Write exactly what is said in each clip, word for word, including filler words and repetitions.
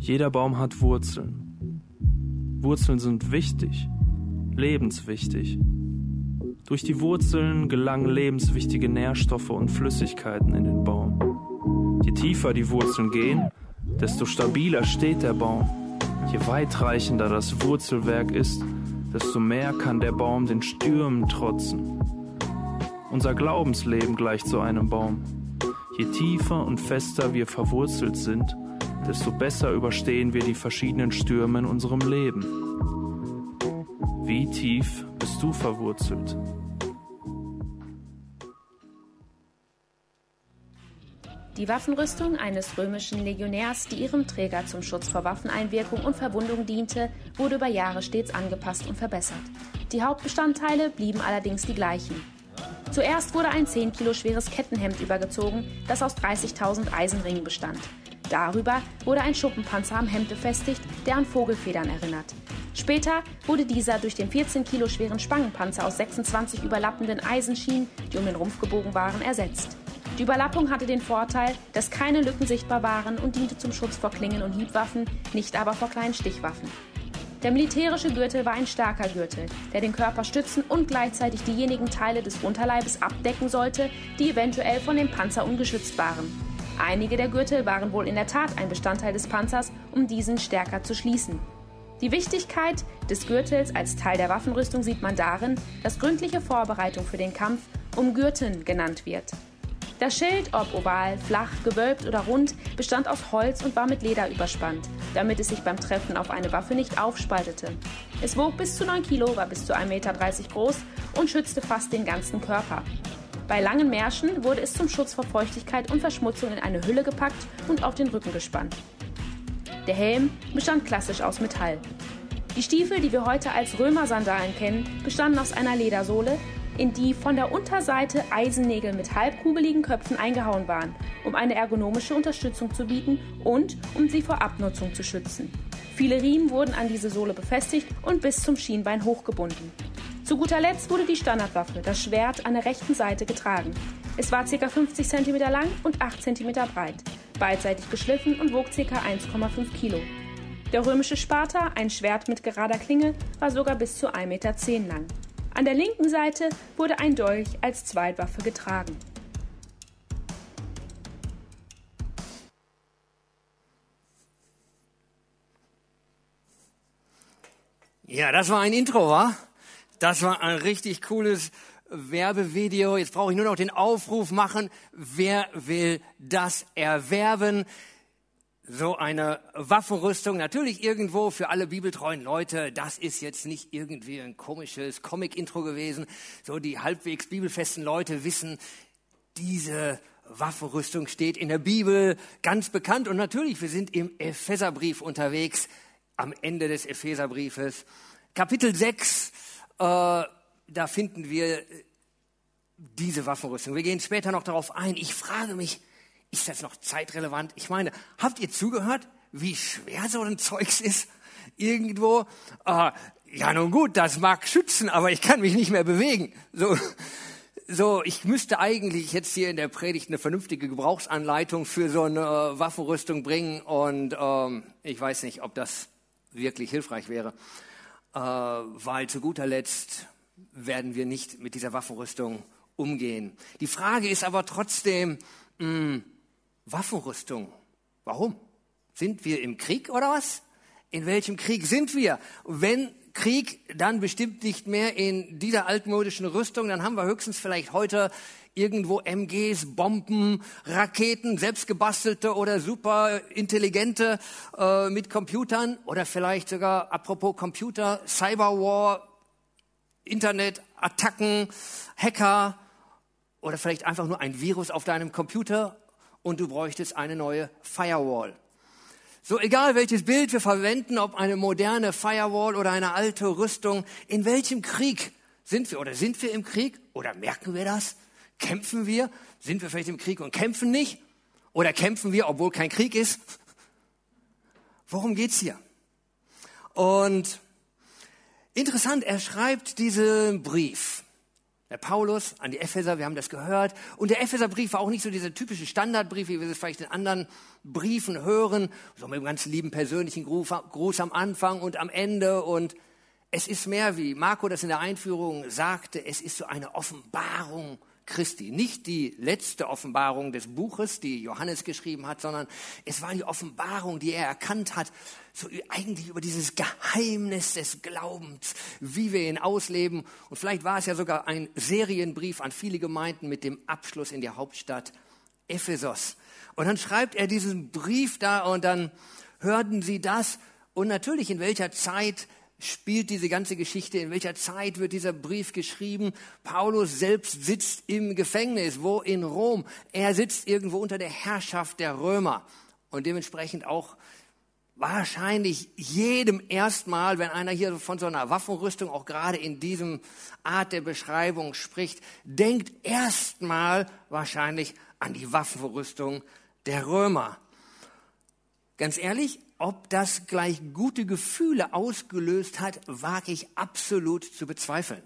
Jeder Baum hat Wurzeln. Wurzeln sind wichtig, lebenswichtig. Durch die Wurzeln gelangen lebenswichtige Nährstoffe und Flüssigkeiten in den Baum. Je tiefer die Wurzeln gehen, desto stabiler steht der Baum. Je weitreichender das Wurzelwerk ist, desto mehr kann der Baum den Stürmen trotzen. Unser Glaubensleben gleicht so einem Baum. Je tiefer und fester wir verwurzelt sind, desto besser überstehen wir die verschiedenen Stürme in unserem Leben. Wie tief bist du verwurzelt? Die Waffenrüstung eines römischen Legionärs, die ihrem Träger zum Schutz vor Waffeneinwirkung und Verwundung diente, wurde über Jahre stets angepasst und verbessert. Die Hauptbestandteile blieben allerdings die gleichen. Zuerst wurde ein zehn Kilo schweres Kettenhemd übergezogen, das aus dreißigtausend Eisenringen bestand. Darüber wurde ein Schuppenpanzer am Hemd befestigt, der an Vogelfedern erinnert. Später wurde dieser durch den vierzehn Kilo schweren Spangenpanzer aus sechsundzwanzig überlappenden Eisenschienen, die um den Rumpf gebogen waren, ersetzt. Die Überlappung hatte den Vorteil, dass keine Lücken sichtbar waren und diente zum Schutz vor Klingen- und Hiebwaffen, nicht aber vor kleinen Stichwaffen. Der militärische Gürtel war ein starker Gürtel, der den Körper stützen und gleichzeitig diejenigen Teile des Unterleibes abdecken sollte, die eventuell von dem Panzer ungeschützt waren. Einige der Gürtel waren wohl in der Tat ein Bestandteil des Panzers, um diesen stärker zu schließen. Die Wichtigkeit des Gürtels als Teil der Waffenrüstung sieht man darin, dass gründliche Vorbereitung für den Kampf Umgürten genannt wird. Das Schild, ob oval, flach, gewölbt oder rund, bestand aus Holz und war mit Leder überspannt, damit es sich beim Treffen auf eine Waffe nicht aufspaltete. Es wog bis zu neun Kilo, war bis zu ein Meter dreißig groß und schützte fast den ganzen Körper. Bei langen Märschen wurde es zum Schutz vor Feuchtigkeit und Verschmutzung in eine Hülle gepackt und auf den Rücken gespannt. Der Helm bestand klassisch aus Metall. Die Stiefel, die wir heute als Römersandalen kennen, bestanden aus einer Ledersohle, in die von der Unterseite Eisennägel mit halbkugeligen Köpfen eingehauen waren, um eine ergonomische Unterstützung zu bieten und um sie vor Abnutzung zu schützen. Viele Riemen wurden an diese Sohle befestigt und bis zum Schienbein hochgebunden. Zu guter Letzt wurde die Standardwaffe, das Schwert, an der rechten Seite getragen. Es war ca. fünfzig Zentimeter lang und acht Zentimeter breit, beidseitig geschliffen und wog ca. eins Komma fünf Kilo. Der römische Sparta, ein Schwert mit gerader Klinge, war sogar bis zu ein Meter zehn lang. An der linken Seite wurde ein Dolch als Zweitwaffe getragen. Ja, das war ein Intro, wa? Das war ein richtig cooles Werbevideo. Jetzt brauche ich nur noch den Aufruf machen. Wer will das erwerben? So eine Waffenrüstung, natürlich irgendwo für alle bibeltreuen Leute. Das ist jetzt nicht irgendwie ein komisches Comic-Intro gewesen. So die halbwegs bibelfesten Leute wissen, diese Waffenrüstung steht in der Bibel, ganz bekannt. Und natürlich, wir sind im Epheserbrief unterwegs, am Ende des Epheserbriefes. Kapitel sechs, äh, da finden wir diese Waffenrüstung. Wir gehen später noch darauf ein. Ich frage mich, ist das noch zeitrelevant? Ich meine, habt ihr zugehört, wie schwer so ein Zeugs ist? Irgendwo, äh, ja nun gut, das mag schützen, aber ich kann mich nicht mehr bewegen. So, so, ich müsste eigentlich jetzt hier in der Predigt eine vernünftige Gebrauchsanleitung für so eine äh, Waffenrüstung bringen und ähm, ich weiß nicht, ob das wirklich hilfreich wäre, äh, weil zu guter Letzt werden wir nicht mit dieser Waffenrüstung umgehen. Die Frage ist aber trotzdem, mh, Waffenrüstung. Warum? Sind wir im Krieg oder was? In welchem Krieg sind wir? Wenn Krieg, dann bestimmt nicht mehr in dieser altmodischen Rüstung. Dann haben wir höchstens vielleicht heute irgendwo M Gs, Bomben, Raketen, selbstgebastelte oder super intelligente äh, mit Computern. Oder vielleicht sogar, apropos Computer, Cyberwar, Internetattacken, Hacker. Oder vielleicht einfach nur ein Virus auf deinem Computer. Und du bräuchtest eine neue Firewall. So egal welches Bild wir verwenden, ob eine moderne Firewall oder eine alte Rüstung, in welchem Krieg sind wir? Oder sind wir im Krieg? Oder merken wir das? Kämpfen wir? Sind wir vielleicht im Krieg und kämpfen nicht? Oder kämpfen wir, obwohl kein Krieg ist? Worum geht's hier? Und interessant, er schreibt diesen Brief Der Paulus an die Epheser, wir haben das gehört. Und der Epheserbrief war auch nicht so dieser typische Standardbrief, wie wir es vielleicht in anderen Briefen hören, so mit einem ganz lieben persönlichen Gruß, Gruß am Anfang und am Ende. Und es ist mehr, wie Marco das in der Einführung sagte, es ist so eine Offenbarung Christi. Nicht die letzte Offenbarung des Buches, die Johannes geschrieben hat, sondern es war die Offenbarung, die er erkannt hat, so eigentlich über dieses Geheimnis des Glaubens, wie wir ihn ausleben. Und vielleicht war es ja sogar ein Serienbrief an viele Gemeinden mit dem Abschluss in der Hauptstadt Ephesos. Und dann schreibt er diesen Brief da und dann hörten sie das. Und natürlich, in welcher Zeit spielt diese ganze Geschichte, in welcher Zeit wird dieser Brief geschrieben? Paulus selbst sitzt im Gefängnis, wo in Rom. Er sitzt irgendwo unter der Herrschaft der Römer und dementsprechend auch wahrscheinlich jedem erstmal, wenn einer hier von so einer Waffenrüstung auch gerade in diesem Art der Beschreibung spricht, denkt erstmal wahrscheinlich an die Waffenrüstung der Römer. Ganz ehrlich, ob das gleich gute Gefühle ausgelöst hat, wage ich absolut zu bezweifeln.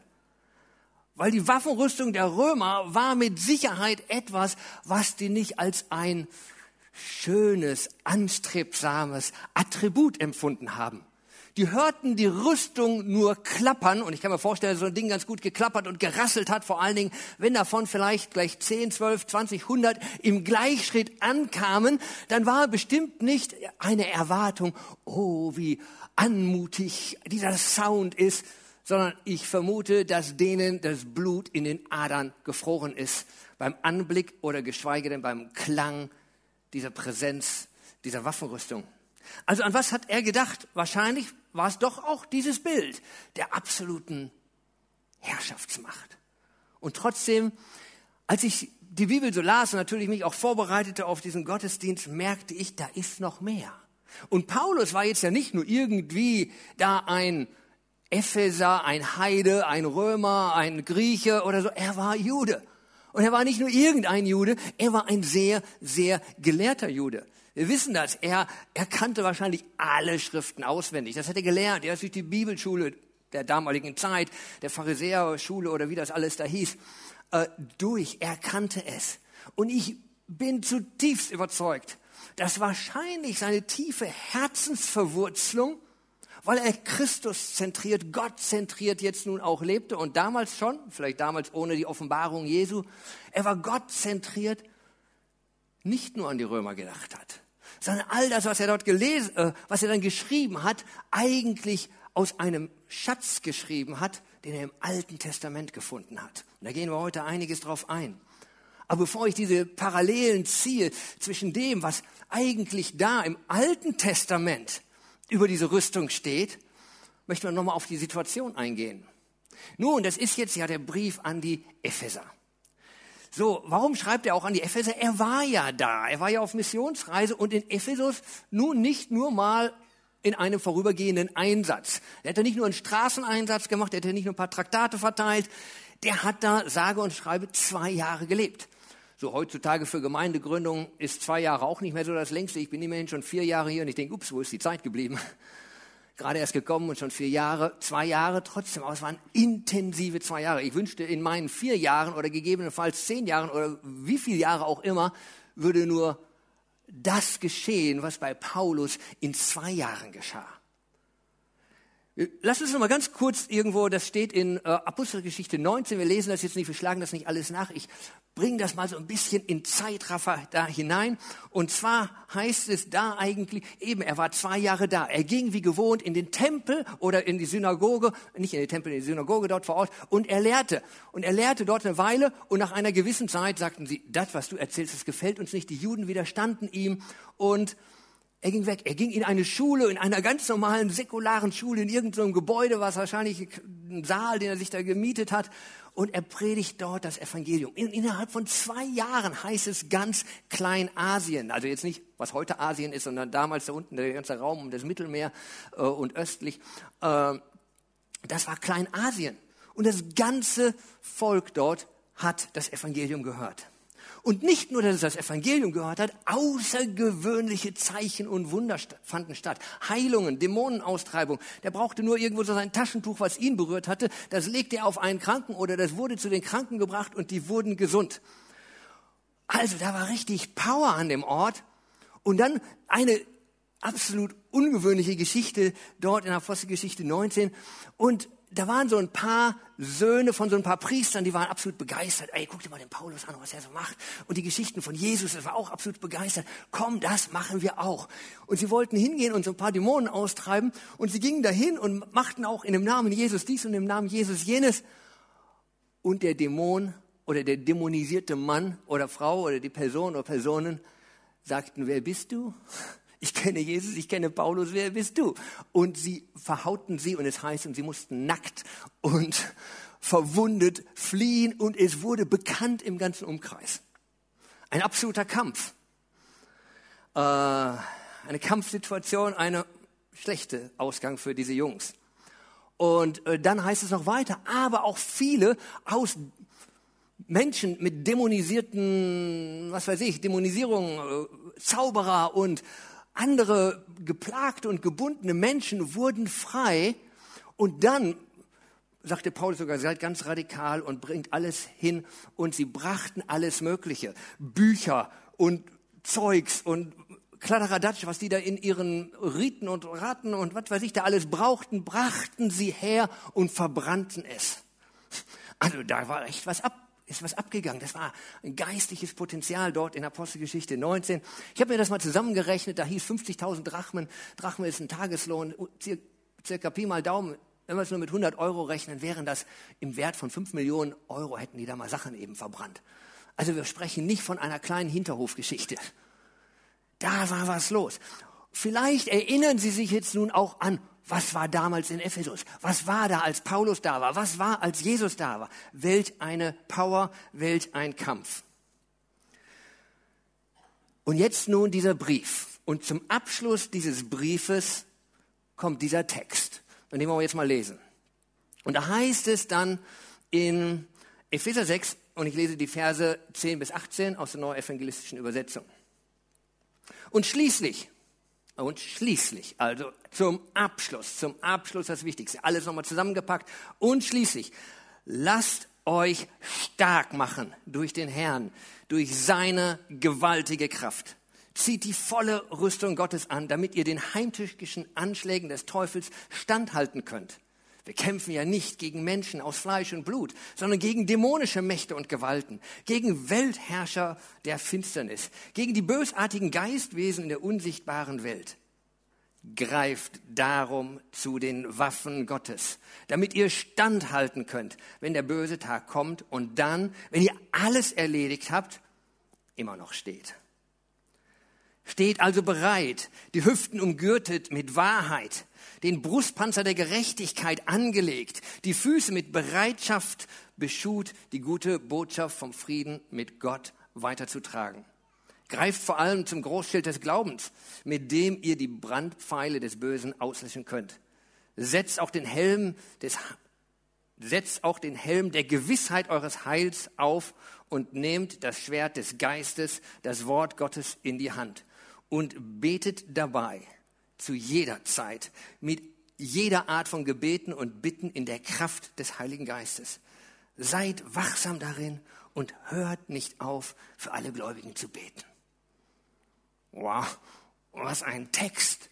Weil die Waffenrüstung der Römer war mit Sicherheit etwas, was die nicht als ein schönes, anstrebsames Attribut empfunden haben. Die hörten die Rüstung nur klappern und ich kann mir vorstellen, dass so ein Ding ganz gut geklappert und gerasselt hat, vor allen Dingen, wenn davon vielleicht gleich zehn, zwölf, zwanzig, hundert im Gleichschritt ankamen, dann war bestimmt nicht eine Erwartung, oh, wie anmutig dieser Sound ist, sondern ich vermute, dass denen das Blut in den Adern gefroren ist beim Anblick oder geschweige denn beim Klang dieser Präsenz, dieser Waffenrüstung. Also an was hat er gedacht? Wahrscheinlich war es doch auch dieses Bild der absoluten Herrschaftsmacht. Und trotzdem, als ich die Bibel so las und natürlich mich auch vorbereitete auf diesen Gottesdienst, merkte ich, da ist noch mehr. Und Paulus war jetzt ja nicht nur irgendwie da ein Epheser, ein Heide, ein Römer, ein Grieche oder so. Er war Jude. Und er war nicht nur irgendein Jude, er war ein sehr, sehr gelehrter Jude. Wir wissen das. Er, er kannte wahrscheinlich alle Schriften auswendig. Das hat er gelernt. Er ist durch die Bibelschule der damaligen Zeit, der Pharisäerschule oder wie das alles da hieß, äh, durch. Er kannte es. Und ich bin zutiefst überzeugt, dass wahrscheinlich seine tiefe Herzensverwurzelung, weil er Christus zentriert, Gott zentriert jetzt nun auch lebte und damals schon, vielleicht damals ohne die Offenbarung Jesu, er war Gott zentriert, nicht nur an die Römer gedacht hat, sondern all das, was er dort gelesen, äh, was er dann geschrieben hat, eigentlich aus einem Schatz geschrieben hat, den er im Alten Testament gefunden hat. Und da gehen wir heute einiges drauf ein. Aber bevor ich diese Parallelen ziehe zwischen dem, was eigentlich da im Alten Testament über diese Rüstung steht, möchte man nochmal auf die Situation eingehen. Nun, das ist jetzt ja der Brief an die Epheser. So, warum schreibt er auch an die Epheser? Er war ja da, er war ja auf Missionsreise und in Ephesus nun nicht nur mal in einem vorübergehenden Einsatz. Er hat ja nicht nur einen Straßeneinsatz gemacht, er hat ja nicht nur ein paar Traktate verteilt, der hat da sage und schreibe zwei Jahre gelebt. So, heutzutage für Gemeindegründung ist zwei Jahre auch nicht mehr so das längste. Ich bin immerhin schon vier Jahre hier und ich denke, ups, wo ist die Zeit geblieben? Gerade erst gekommen und schon vier Jahre, zwei Jahre trotzdem, aber es waren intensive zwei Jahre. Ich wünschte, in meinen vier Jahren oder gegebenenfalls zehn Jahren oder wie viele Jahre auch immer, würde nur das geschehen, was bei Paulus in zwei Jahren geschah. Lass uns noch mal ganz kurz irgendwo, das steht in äh, Apostelgeschichte neunzehn, wir lesen das jetzt nicht, wir schlagen das nicht alles nach, ich bringe das mal so ein bisschen in Zeitraffer da hinein. Und zwar heißt es da eigentlich, eben, er war zwei Jahre da, er ging wie gewohnt in den Tempel oder in die Synagoge, nicht in den Tempel, in die Synagoge dort vor Ort und er lehrte. Und er lehrte dort eine Weile und nach einer gewissen Zeit sagten sie, das, was du erzählst, das gefällt uns nicht, die Juden widerstanden ihm und er ging weg. Er ging in eine Schule, in einer ganz normalen, säkularen Schule, in irgendeinem Gebäude, was wahrscheinlich ein Saal, den er sich da gemietet hat. Und er predigt dort das Evangelium. In, innerhalb von zwei Jahren heißt es ganz Kleinasien. Also jetzt nicht, was heute Asien ist, sondern damals da unten der ganze Raum um das Mittelmeer äh, und östlich. Äh, das war Kleinasien. Und das ganze Volk dort hat das Evangelium gehört. Und nicht nur, dass es das Evangelium gehört hat, außergewöhnliche Zeichen und Wunder fanden statt. Heilungen, Dämonenaustreibung. Der brauchte nur irgendwo so sein Taschentuch, was ihn berührt hatte. Das legte er auf einen Kranken oder das wurde zu den Kranken gebracht und die wurden gesund. Also da war richtig Power an dem Ort. Und dann eine absolut ungewöhnliche Geschichte dort in Apostelgeschichte neunzehn. Und da waren so ein paar Söhne von so ein paar Priestern, die waren absolut begeistert. Ey, guck dir mal den Paulus an, was er so macht. Und die Geschichten von Jesus, das war auch absolut begeistert. Komm, das machen wir auch. Und sie wollten hingehen und so ein paar Dämonen austreiben. Und sie gingen dahin und machten auch in dem Namen Jesus dies und im Namen Jesus jenes. Und der Dämon oder der dämonisierte Mann oder Frau oder die Person oder Personen sagten, wer bist du? Ich kenne Jesus, ich kenne Paulus, wer bist du? Und sie verhauten sie und es heißt, und sie mussten nackt und verwundet fliehen und es wurde bekannt im ganzen Umkreis. Ein absoluter Kampf. Äh, eine Kampfsituation, eine schlechte Ausgang für diese Jungs. Und äh, dann heißt es noch weiter, aber auch viele aus Menschen mit dämonisierten, was weiß ich, Dämonisierung, äh, Zauberer und andere geplagte und gebundene Menschen wurden frei und dann, sagte Paulus sogar, seid ganz radikal und bringt alles hin und sie brachten alles Mögliche, Bücher und Zeugs und Kladderadatsch, was die da in ihren Riten und Raten und was weiß ich da alles brauchten, brachten sie her und verbrannten es. Also da war echt was ab. Ist was abgegangen. Das war ein geistliches Potenzial dort in Apostelgeschichte neunzehn. Ich habe mir das mal zusammengerechnet, da hieß fünfzigtausend Drachmen. Drachme ist ein Tageslohn, circa Pi mal Daumen. Wenn wir es nur mit hundert Euro rechnen, wären das im Wert von fünf Millionen Euro, hätten die da mal Sachen eben verbrannt. Also wir sprechen nicht von einer kleinen Hinterhofgeschichte. Da war was los. Vielleicht erinnern Sie sich jetzt nun auch an, was war damals in Ephesus? Was war da, als Paulus da war? Was war, als Jesus da war? Welch eine Power, welch ein Kampf. Und jetzt nun dieser Brief. Und zum Abschluss dieses Briefes kommt dieser Text. Und den wollen wir jetzt mal lesen. Und da heißt es dann in Epheser sechs, und ich lese die Verse zehn bis achtzehn aus der Neuevangelistischen Übersetzung. Und schließlich, Und schließlich, also zum Abschluss, zum Abschluss das Wichtigste, alles nochmal zusammengepackt. Und schließlich, lasst euch stark machen durch den Herrn, durch seine gewaltige Kraft. Zieht die volle Rüstung Gottes an, damit ihr den heimtückischen Anschlägen des Teufels standhalten könnt. Wir kämpfen ja nicht gegen Menschen aus Fleisch und Blut, sondern gegen dämonische Mächte und Gewalten, gegen Weltherrscher der Finsternis, gegen die bösartigen Geistwesen in der unsichtbaren Welt. Greift darum zu den Waffen Gottes, damit ihr standhalten könnt, wenn der böse Tag kommt und dann, wenn ihr alles erledigt habt, immer noch steht. Steht also bereit, die Hüften umgürtet mit Wahrheit, den Brustpanzer der Gerechtigkeit angelegt, die Füße mit Bereitschaft beschut, die gute Botschaft vom Frieden mit Gott weiterzutragen. Greift vor allem zum Großschild des Glaubens, mit dem ihr die Brandpfeile des Bösen auslöschen könnt. Setzt auch den Helm des, setzt auch den Helm der Gewissheit eures Heils auf und nehmt das Schwert des Geistes, das Wort Gottes, in die Hand und betet dabei zu jeder Zeit mit jeder Art von Gebeten und Bitten in der Kraft des Heiligen Geistes. Seid wachsam darin und hört nicht auf, für alle Gläubigen zu beten. Wow, was ein Text.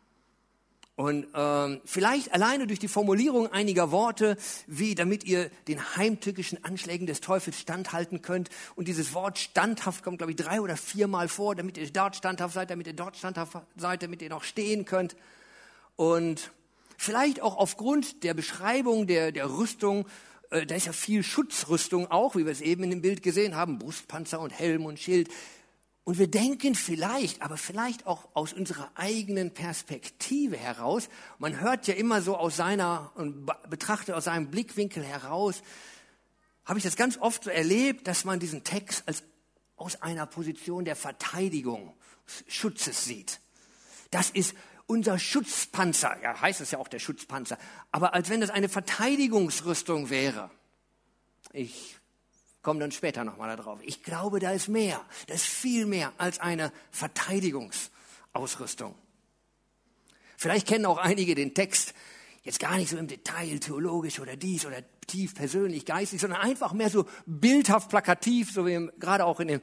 Und ähm, vielleicht alleine durch die Formulierung einiger Worte, wie damit ihr den heimtückischen Anschlägen des Teufels standhalten könnt. Und dieses Wort standhaft kommt, glaube ich, drei oder viermal vor, damit ihr dort standhaft seid, damit ihr dort standhaft seid, damit ihr noch stehen könnt. Und vielleicht auch aufgrund der Beschreibung der, der Rüstung, äh, da ist ja viel Schutzrüstung auch, wie wir es eben in dem Bild gesehen haben, Brustpanzer und Helm und Schild. Und wir denken vielleicht, aber vielleicht auch aus unserer eigenen Perspektive heraus, man hört ja immer so aus seiner und betrachtet aus seinem Blickwinkel heraus, habe ich das ganz oft so erlebt, dass man diesen Text als aus einer Position der Verteidigung, Schutzes sieht. Das ist unser Schutzpanzer, ja, heißt es ja auch der Schutzpanzer, aber als wenn das eine Verteidigungsrüstung wäre. Ich komme dann später nochmal darauf. Ich glaube, da ist mehr. Da ist viel mehr als eine Verteidigungsausrüstung. Vielleicht kennen auch einige den Text jetzt gar nicht so im Detail, theologisch oder dies oder tief persönlich, geistig, sondern einfach mehr so bildhaft, plakativ, so wie wir gerade auch in den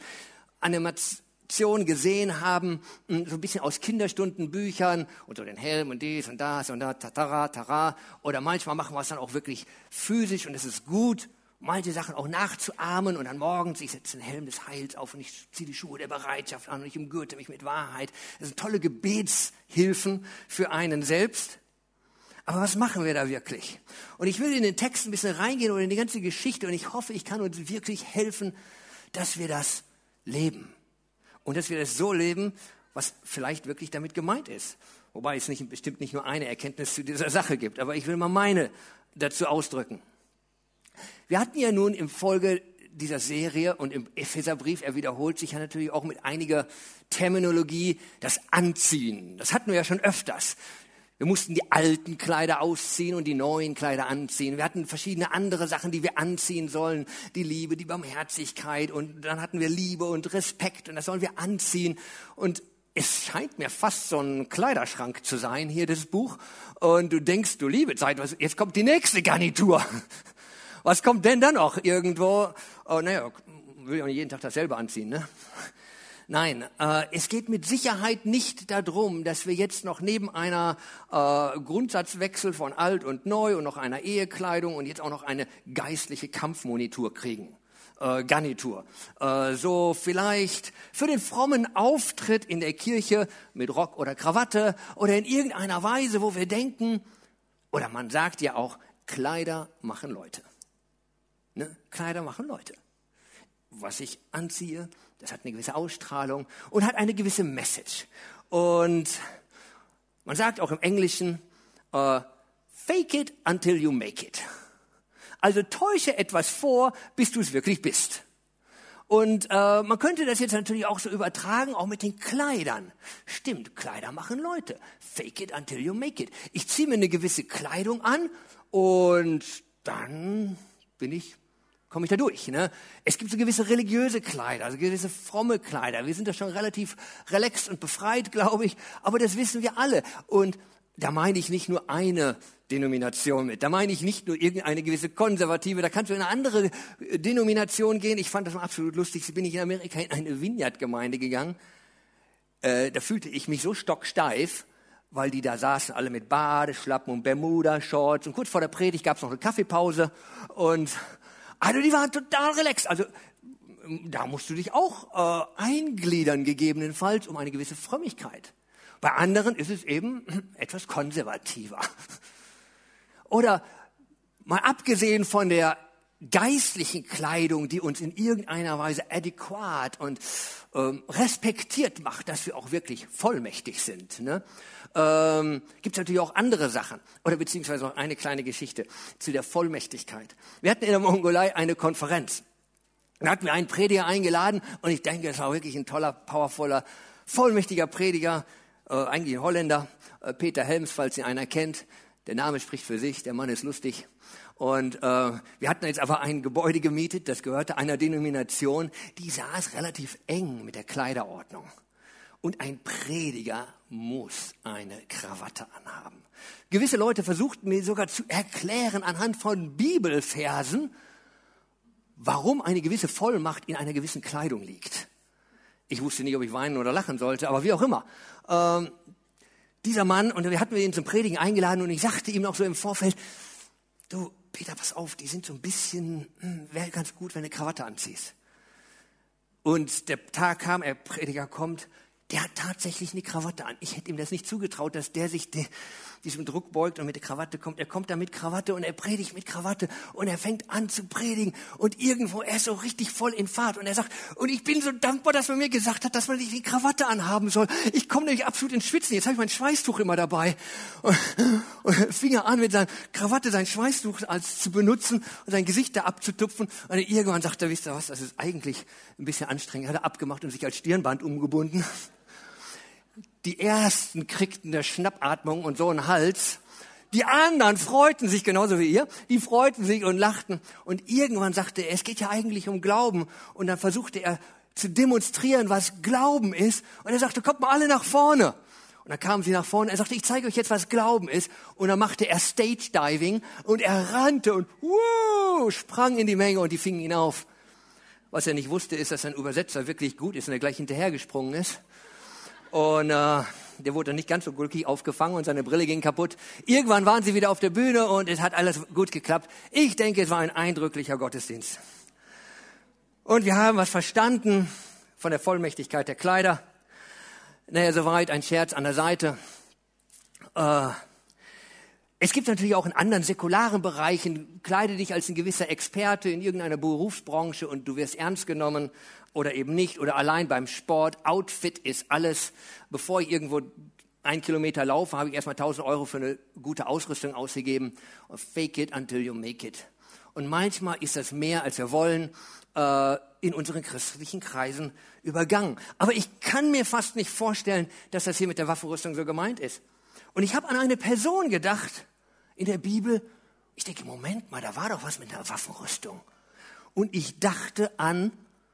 Animationen gesehen haben, so ein bisschen aus Kinderstundenbüchern und so den Helm und dies und das und da, tatara, tara. Oder manchmal machen wir es dann auch wirklich physisch und es ist gut, manche Sachen auch nachzuahmen und dann morgens, ich setze den Helm des Heils auf und ich ziehe die Schuhe der Bereitschaft an und ich umgürte mich mit Wahrheit. Das sind tolle Gebetshilfen für einen selbst. Aber was machen wir da wirklich? Und ich will in den Text ein bisschen reingehen oder in die ganze Geschichte und ich hoffe, ich kann uns wirklich helfen, dass wir das leben. Und dass wir das so leben, was vielleicht wirklich damit gemeint ist. Wobei es nicht, bestimmt nicht nur eine Erkenntnis zu dieser Sache gibt, aber ich will mal meine dazu ausdrücken. Wir hatten ja nun im Folge dieser Serie und im Epheserbrief, er wiederholt sich ja natürlich auch mit einiger Terminologie, das Anziehen. Das hatten wir ja schon öfters. Wir mussten die alten Kleider ausziehen und die neuen Kleider anziehen. Wir hatten verschiedene andere Sachen, die wir anziehen sollen. Die Liebe, die Barmherzigkeit und dann hatten wir Liebe und Respekt und das sollen wir anziehen. Und es scheint mir fast so ein Kleiderschrank zu sein, hier das Buch. Und du denkst, du liebe Zeit, was, jetzt kommt die nächste Garnitur. Was kommt denn dann noch irgendwo? Oh, naja, will ja nicht jeden Tag dasselbe anziehen, ne? Nein, äh, es geht mit Sicherheit nicht darum, dass wir jetzt noch neben einer äh, Grundsatzwechsel von alt und neu und noch einer Ehekleidung und jetzt auch noch eine geistliche Kampfmonitur kriegen. Äh, Garnitur. Äh, so vielleicht für den frommen Auftritt in der Kirche mit Rock oder Krawatte oder in irgendeiner Weise, wo wir denken, oder man sagt ja auch, Kleider machen Leute. Ne? Kleider machen Leute. Was ich anziehe, das hat eine gewisse Ausstrahlung und hat eine gewisse Message. Und man sagt auch im Englischen, uh, fake it until you make it. Also täusche etwas vor, bis du es wirklich bist. Und äh, man könnte das jetzt natürlich auch so übertragen, auch mit den Kleidern. Stimmt, Kleider machen Leute. Fake it until you make it. Ich ziehe mir eine gewisse Kleidung an und dann bin ich komme ich da durch. Ne? Es gibt so gewisse religiöse Kleider, also gewisse fromme Kleider. Wir sind da schon relativ relaxed und befreit, glaube ich, aber das wissen wir alle. Und da meine ich nicht nur eine Denomination mit, da meine ich nicht nur irgendeine gewisse konservative, da kannst du in eine andere Denomination gehen. Ich fand das mal absolut lustig, bin ich in Amerika in eine Vineyard-Gemeinde gegangen. Äh, da fühlte ich mich so stocksteif, weil die da saßen, alle mit Badeschlappen und Bermuda-Shorts. Und kurz vor der Predigt gab es noch eine Kaffeepause und also die waren total relaxed. Also da musst du dich auch äh, eingliedern gegebenenfalls um eine gewisse Frömmigkeit. Bei anderen ist es eben etwas konservativer. Oder mal abgesehen von der geistlichen Kleidung, die uns in irgendeiner Weise adäquat und ähm, respektiert macht, dass wir auch wirklich vollmächtig sind. Ne? Ähm, gibt es natürlich auch andere Sachen oder beziehungsweise noch eine kleine Geschichte zu der Vollmächtigkeit. Wir hatten in der Mongolei eine Konferenz. Da hatten wir einen Prediger eingeladen und ich denke, das war wirklich ein toller, powervoller, vollmächtiger Prediger, äh, eigentlich ein Holländer, äh, Peter Helms, falls ihn einer kennt. Der Name spricht für sich, der Mann ist lustig. Und äh, wir hatten jetzt aber ein Gebäude gemietet, das gehörte einer Denomination, die saß relativ eng mit der Kleiderordnung. Und ein Prediger muss eine Krawatte anhaben. Gewisse Leute versuchten mir sogar zu erklären anhand von Bibelversen, warum eine gewisse Vollmacht in einer gewissen Kleidung liegt. Ich wusste nicht, ob ich weinen oder lachen sollte, aber wie auch immer. Ähm, dieser Mann, und wir hatten ihn zum Predigen eingeladen und ich sagte ihm noch so im Vorfeld, du Peter, pass auf, die sind so ein bisschen, hm, wäre ganz gut, wenn du eine Krawatte anziehst. Und der Tag kam, der Prediger kommt, der hat tatsächlich eine Krawatte an. Ich hätte ihm das nicht zugetraut, dass der sich de, diesem Druck beugt und mit der Krawatte kommt. Er kommt da mit Krawatte und er predigt mit Krawatte und er fängt an zu predigen und irgendwo, er ist so richtig voll in Fahrt und er sagt, und ich bin so dankbar, dass man mir gesagt hat, dass man sich die Krawatte anhaben soll. Ich komme nämlich absolut ins Schwitzen. Jetzt habe ich mein Schweißtuch immer dabei. Und, und fing er an, mit seiner Krawatte sein Schweißtuch als zu benutzen und sein Gesicht da abzutupfen. Und irgendwann sagt er, wisst ihr was, das ist eigentlich ein bisschen anstrengend. Hat er abgemacht und sich als Stirnband umgebunden. Die Ersten kriegten eine Schnappatmung und so einen Hals. Die anderen freuten sich genauso wie ihr. Die freuten sich und lachten. Und irgendwann sagte er, es geht ja eigentlich um Glauben. Und dann versuchte er zu demonstrieren, was Glauben ist. Und er sagte, kommt mal alle nach vorne. Und dann kamen sie nach vorne. Er sagte, ich zeige euch jetzt, was Glauben ist. Und dann machte er Stage Diving und er rannte und wow, sprang in die Menge und die fingen ihn auf. Was er nicht wusste, ist, dass sein Übersetzer wirklich gut ist und er gleich hinterhergesprungen ist. Und äh, der wurde nicht ganz so glücklich aufgefangen und seine Brille ging kaputt. Irgendwann waren sie wieder auf der Bühne und es hat alles gut geklappt. Ich denke, es war ein eindrücklicher Gottesdienst. Und wir haben was verstanden von der Vollmächtigkeit der Kleider. Naja, soweit, ein Scherz an der Seite. Äh, es gibt natürlich auch in anderen säkularen Bereichen, kleide dich als ein gewisser Experte in irgendeiner Berufsbranche und du wirst ernst genommen oder eben nicht. Oder allein beim Sport, Outfit ist alles. Bevor ich irgendwo einen Kilometer laufe, habe ich erstmal tausend Euro für eine gute Ausrüstung ausgegeben. Fake it until you make it. Und manchmal ist das mehr, als wir wollen, äh, in unseren christlichen Kreisen übergangen. Aber ich kann mir fast nicht vorstellen, dass das hier mit der Waffenrüstung so gemeint ist. Und ich habe an eine Person gedacht in der Bibel. Ich denke, Moment mal, da war doch was mit der Waffenrüstung. Und ich dachte an,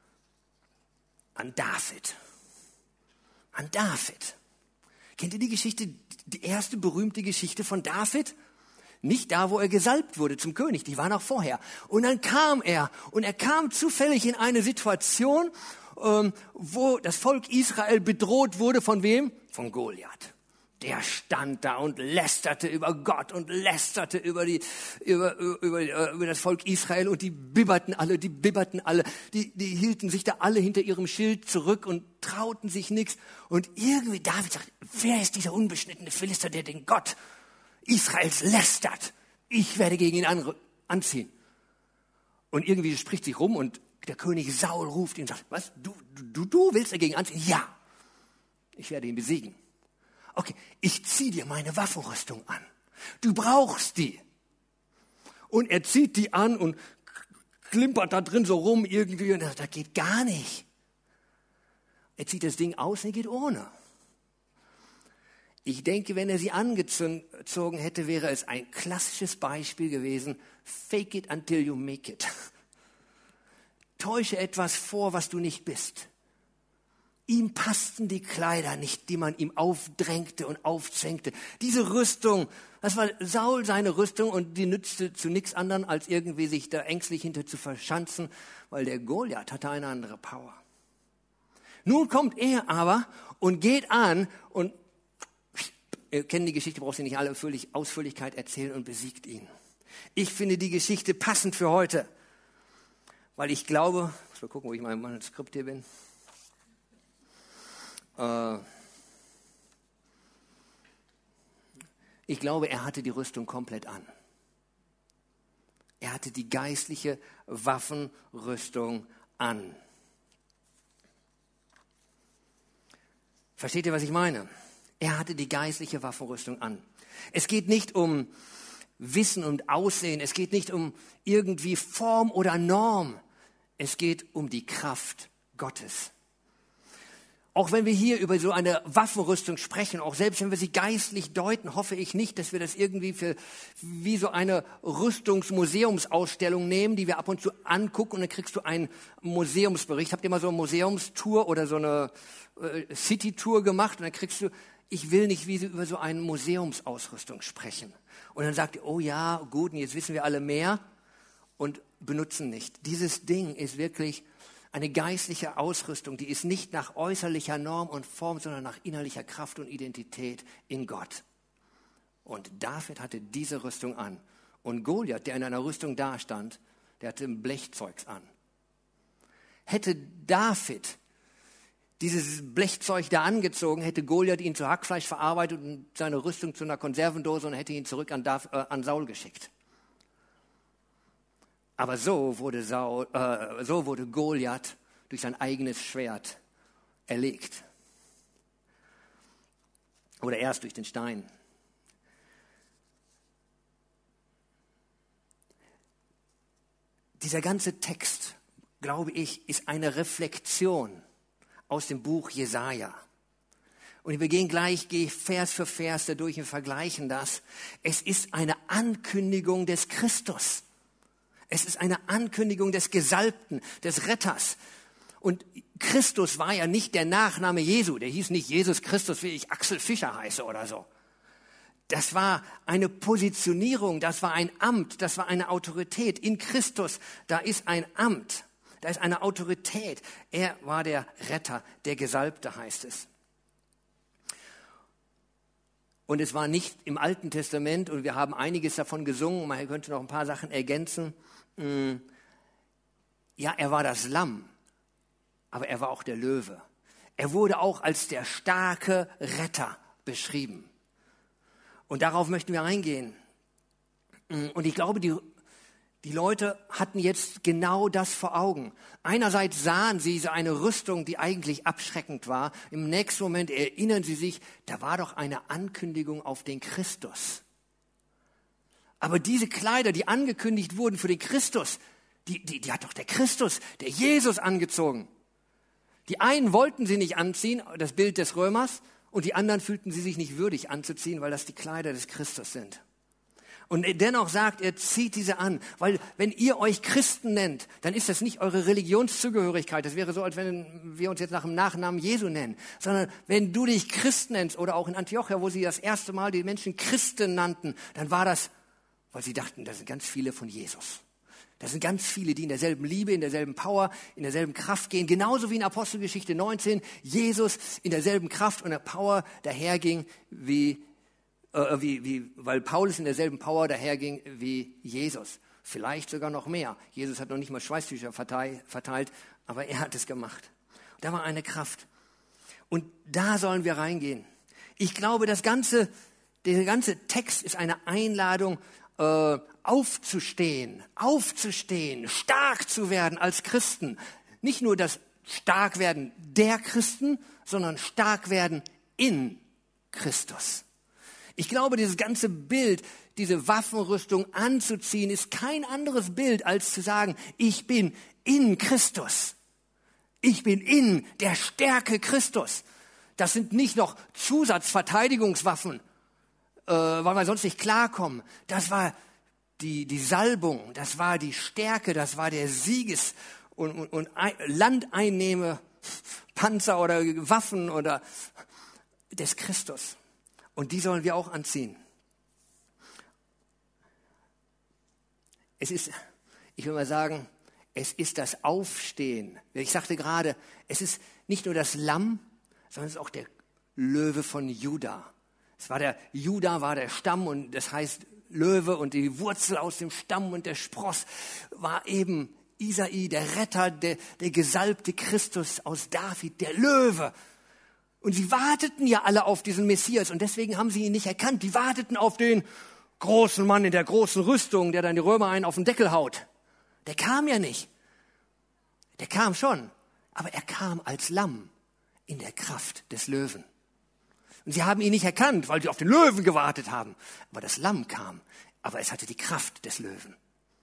an David. An David. Kennt ihr die Geschichte, die erste berühmte Geschichte von David? Nicht da, wo er gesalbt wurde zum König, die war noch vorher. Und dann kam er und er kam zufällig in eine Situation, ähm, wo das Volk Israel bedroht wurde von wem? Von Goliath. Der stand da und lästerte über Gott und lästerte über, die, über, über, über das Volk Israel und die bibberten alle, die bibberten alle, die, die hielten sich da alle hinter ihrem Schild zurück und trauten sich nichts. Und irgendwie David sagt, wer ist dieser unbeschnittene Philister, der den Gott Israels lästert? Ich werde gegen ihn an, anziehen. Und irgendwie spricht sich rum und der König Saul ruft ihn und sagt, was, du, du, du willst dagegen anziehen? Ja, ich werde ihn besiegen. Okay, ich zieh dir meine Waffenrüstung an. Du brauchst die. Und er zieht die an und klimpert da drin so rum irgendwie und das, das geht gar nicht. Er zieht das Ding aus und er geht ohne. Ich denke, wenn er sie angezogen hätte, wäre es ein klassisches Beispiel gewesen. Fake it until you make it. Täusche etwas vor, was du nicht bist. Ihm passten die Kleider nicht, die man ihm aufdrängte und aufzwängte. Diese Rüstung, das war Saul seine Rüstung und die nützte zu nichts anderem, als irgendwie sich da ängstlich hinter zu verschanzen, weil der Goliath hatte eine andere Power. Nun kommt er aber und geht an und ihr kennt die Geschichte, braucht sie nicht alle Ausführlichkeit erzählen und besiegt ihn. Ich finde die Geschichte passend für heute, weil ich glaube, ich muss mal gucken, wo ich mein Manuskript hier bin. Äh, ich glaube, er hatte die Rüstung komplett an. Er hatte die geistliche Waffenrüstung an. Versteht ihr, was ich meine? Er hatte die geistliche Waffenrüstung an. Es geht nicht um Wissen und Aussehen. Es geht nicht um irgendwie Form oder Norm. Es geht um die Kraft Gottes. Auch wenn wir hier über so eine Waffenrüstung sprechen, auch selbst wenn wir sie geistlich deuten, hoffe ich nicht, dass wir das irgendwie für wie so eine Rüstungsmuseumsausstellung nehmen, die wir ab und zu angucken und dann kriegst du einen Museumsbericht. Habt ihr mal so eine Museumstour oder so eine äh, City-Tour gemacht und dann kriegst du, ich will nicht wie über so eine Museumsausrüstung sprechen. Und dann sagt ihr, oh ja, gut, und jetzt wissen wir alle mehr und benutzen nicht. Dieses Ding ist wirklich eine geistliche Ausrüstung, die ist nicht nach äußerlicher Norm und Form, sondern nach innerlicher Kraft und Identität in Gott. Und David hatte diese Rüstung an. Und Goliath, der in einer Rüstung dastand, der hatte ein Blechzeugs an. Hätte David dieses Blechzeug da angezogen, hätte Goliath ihn zu Hackfleisch verarbeitet und seine Rüstung zu einer Konservendose und hätte ihn zurück an, Dav- äh, an Saul geschickt. Aber so wurde, Saul, äh, so wurde Goliath durch sein eigenes Schwert erlegt. Oder erst durch den Stein. Dieser ganze Text, glaube ich, ist eine Reflexion aus dem Buch Jesaja, Und wir gehen gleich, gehe ich Vers für Vers dadurch und vergleichen das. Es ist eine Ankündigung des Christus. Es ist eine Ankündigung des Gesalbten, des Retters. Und Christus war ja nicht der Nachname Jesu. Der hieß nicht Jesus Christus, wie ich Axel Fischer heiße oder so. Das war eine Positionierung, das war ein Amt, das war eine Autorität. In Christus, da ist ein Amt, da ist eine Autorität. Er war der Retter, der Gesalbte, heißt es. Und es war nicht im Alten Testament, und wir haben einiges davon gesungen, man könnte noch ein paar Sachen ergänzen. Ja, er war das Lamm, aber er war auch der Löwe. Er wurde auch als der starke Retter beschrieben. Und darauf möchten wir eingehen. Und ich glaube, die, die Leute hatten jetzt genau das vor Augen. Einerseits sahen sie so eine Rüstung, die eigentlich abschreckend war. Im nächsten Moment erinnern sie sich, da war doch eine Ankündigung auf den Christus. Aber diese Kleider, die angekündigt wurden für den Christus, die, die, die hat doch der Christus, der Jesus angezogen. Die einen wollten sie nicht anziehen, das Bild des Römers, und die anderen fühlten sie sich nicht würdig anzuziehen, weil das die Kleider des Christus sind. Und dennoch sagt er, zieht diese an, weil wenn ihr euch Christen nennt, dann ist das nicht eure Religionszugehörigkeit. Das wäre so, als wenn wir uns jetzt nach dem Nachnamen Jesu nennen, sondern wenn du dich Christ nennst oder auch in Antiochia, wo sie das erste Mal die Menschen Christen nannten, dann war das, weil sie dachten, das sind ganz viele von Jesus. Das sind ganz viele, die in derselben Liebe, in derselben Power, in derselben Kraft gehen. Genauso wie in Apostelgeschichte neunzehn Jesus in derselben Kraft und der Power daherging, wie, äh, wie, wie, weil Paulus in derselben Power daherging wie Jesus. Vielleicht sogar noch mehr. Jesus hat noch nicht mal Schweißtücher verteilt, aber er hat es gemacht. Da war eine Kraft. Und da sollen wir reingehen. Ich glaube, das ganze, der ganze Text ist eine Einladung, äh, aufzustehen, aufzustehen, stark zu werden als Christen. Nicht nur das Starkwerden der Christen, sondern stark werden in Christus. Ich glaube, dieses ganze Bild, diese Waffenrüstung anzuziehen, ist kein anderes Bild, als zu sagen, ich bin in Christus. Ich bin in der Stärke Christus. Das sind nicht noch Zusatzverteidigungswaffen, äh, weil wir sonst nicht klarkommen. Das war die, die Salbung, das war die Stärke, das war der Sieges- und, und, und Landeinnehme, Panzer oder Waffen oder des Christus. Und die sollen wir auch anziehen. Es ist, ich will mal sagen, es ist das Aufstehen. Ich sagte gerade, es ist nicht nur das Lamm, sondern es ist auch der Löwe von Juda. Es war der, Juda war der Stamm und das heißt Löwe und die Wurzel aus dem Stamm und der Spross war eben Isai, der Retter, der, der gesalbte Christus aus David, der Löwe. Und sie warteten ja alle auf diesen Messias und deswegen haben sie ihn nicht erkannt. Die warteten auf den großen Mann in der großen Rüstung, der dann die Römer einen auf den Deckel haut. Der kam ja nicht. Der kam schon, aber er kam als Lamm in der Kraft des Löwen. Und sie haben ihn nicht erkannt, weil sie auf den Löwen gewartet haben. Aber das Lamm kam, aber es hatte die Kraft des Löwen.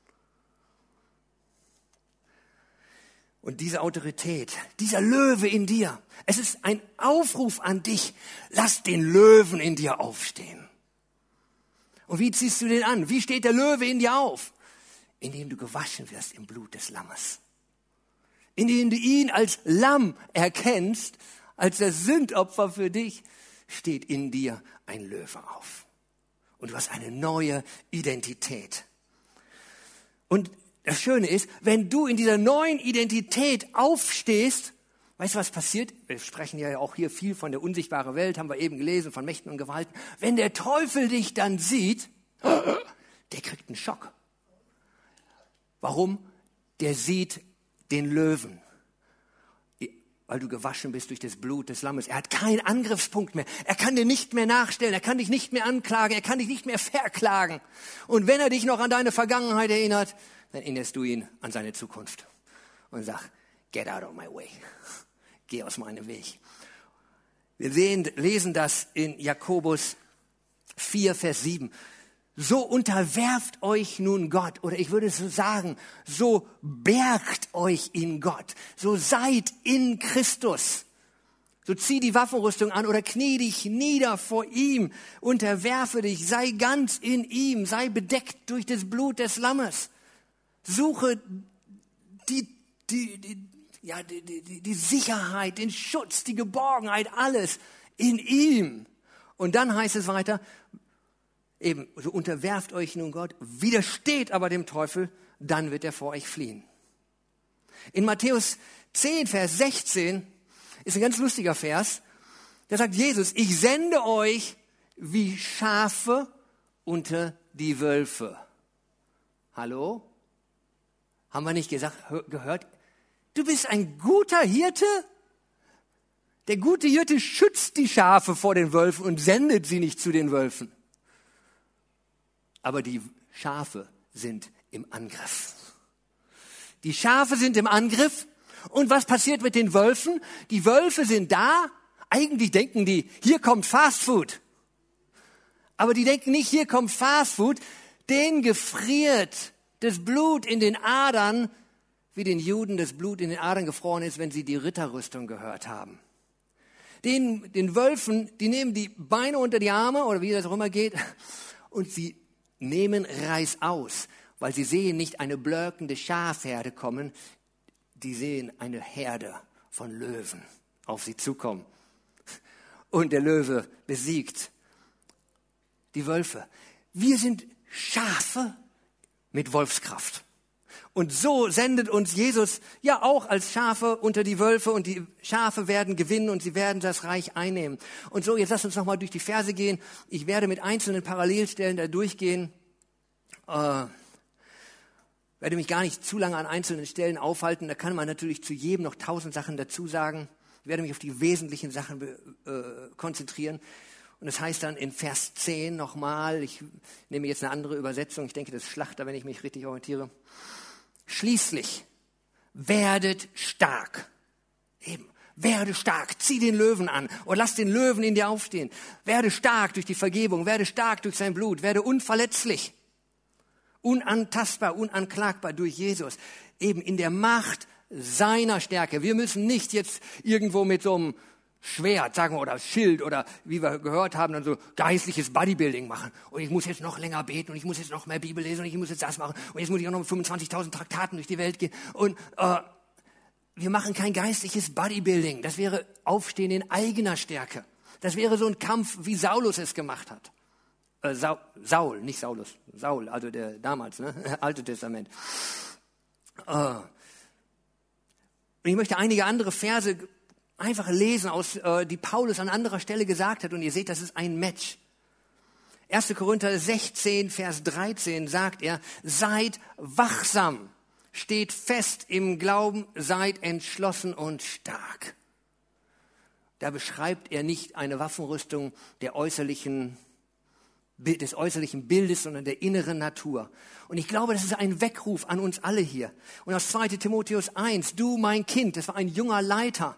Und diese Autorität, dieser Löwe in dir, es ist ein Aufruf an dich, lass den Löwen in dir aufstehen. Und wie ziehst du den an? Wie steht der Löwe in dir auf? Indem du gewaschen wirst im Blut des Lammes. Indem du ihn als Lamm erkennst, als das Sündopfer für dich, steht in dir ein Löwe auf. Und du hast eine neue Identität. Und das Schöne ist, wenn du in dieser neuen Identität aufstehst, weißt du, was passiert? Wir sprechen ja auch hier viel von der unsichtbaren Welt, haben wir eben gelesen, von Mächten und Gewalten. Wenn der Teufel dich dann sieht, der kriegt einen Schock. Warum? Der sieht den Löwen, weil du gewaschen bist durch das Blut des Lammes. Er hat keinen Angriffspunkt mehr. Er kann dir nicht mehr nachstellen. Er kann dich nicht mehr anklagen. Er kann dich nicht mehr verklagen. Und wenn er dich noch an deine Vergangenheit erinnert, dann erinnerst du ihn an seine Zukunft und sag, get out of my way. Geh aus meinem Weg. Wir sehen, lesen das in Jakobus vier, Vers sieben. So unterwerft euch nun Gott, oder ich würde so sagen, so bergt euch in Gott, so seid in Christus, So zieh die Waffenrüstung an oder knie dich nieder vor ihm, unterwerfe dich, sei ganz in ihm, sei bedeckt durch das Blut des Lammes. Suche die, die, die, ja, die, die, die Sicherheit, den Schutz, die Geborgenheit, alles in ihm. Und dann heißt es weiter, eben, so unterwerft euch nun Gott, widersteht aber dem Teufel, dann wird er vor euch fliehen. In Matthäus zehn, Vers sechzehn, ist ein ganz lustiger Vers. Da sagt Jesus, ich sende euch wie Schafe unter die Wölfe. Hallo? Haben wir nicht gesagt, gehört? Du bist ein guter Hirte? Der gute Hirte schützt die Schafe vor den Wölfen und sendet sie nicht zu den Wölfen. Aber die Schafe sind im Angriff. Die Schafe sind im Angriff. Und was passiert mit den Wölfen? Die Wölfe sind da. Eigentlich denken die, hier kommt Fast Food. Aber die denken nicht, hier kommt Fast Food. Denen gefriert das Blut in den Adern, wie den Juden das Blut in den Adern gefroren ist, wenn sie die Ritterrüstung gehört haben. Den, den Wölfen, die nehmen die Beine unter die Arme, oder wie das auch immer geht, und sie nehmen Reißaus, weil sie sehen nicht eine blökende Schafherde kommen, die sehen eine Herde von Löwen auf sie zukommen. Und der Löwe besiegt die Wölfe. Wir sind Schafe mit Wolfskraft. Und so sendet uns Jesus ja auch als Schafe unter die Wölfe und die Schafe werden gewinnen und sie werden das Reich einnehmen. Und so, jetzt lasst uns nochmal durch die Verse gehen. Ich werde mit einzelnen Parallelstellen da durchgehen. Äh, werde mich gar nicht zu lange an einzelnen Stellen aufhalten. Da kann man natürlich zu jedem noch tausend Sachen dazu sagen. Ich werde mich auf die wesentlichen Sachen äh, konzentrieren. Und das heißt dann in Vers zehn nochmal, ich nehme jetzt eine andere Übersetzung, ich denke, das ist Schlachter, wenn ich mich richtig orientiere. Schließlich, werdet stark. Eben, werde stark, zieh den Löwen an und lass den Löwen in dir aufstehen. Werde stark durch die Vergebung, werde stark durch sein Blut, werde unverletzlich. Unantastbar, unanklagbar durch Jesus. Eben in der Macht seiner Stärke. Wir müssen nicht jetzt irgendwo mit so einem Schwert, sagen wir, oder Schild oder wie wir gehört haben, dann so geistliches Bodybuilding machen. Und ich muss jetzt noch länger beten und ich muss jetzt noch mehr Bibel lesen und ich muss jetzt das machen und jetzt muss ich auch noch mit fünfundzwanzigtausend Traktaten durch die Welt gehen. Und äh, wir machen kein geistliches Bodybuilding. Das wäre Aufstehen in eigener Stärke. Das wäre so ein Kampf, wie Saulus es gemacht hat. Äh, Saul, Saul, nicht Saulus. Saul, also der damals, ne? Alte Testament. Äh, und ich möchte einige andere Verse einfach lesen, aus, äh, die Paulus an anderer Stelle gesagt hat. Und ihr seht, das ist ein Match. erster Korinther sechzehn, Vers dreizehn sagt er, seid wachsam, steht fest im Glauben, seid entschlossen und stark. Da beschreibt er nicht eine Waffenrüstung der äußerlichen, des äußerlichen Bildes, sondern der inneren Natur. Und ich glaube, das ist ein Weckruf an uns alle hier. Und aus zweiter Timotheus eins, du mein Kind, das war ein junger Leiter.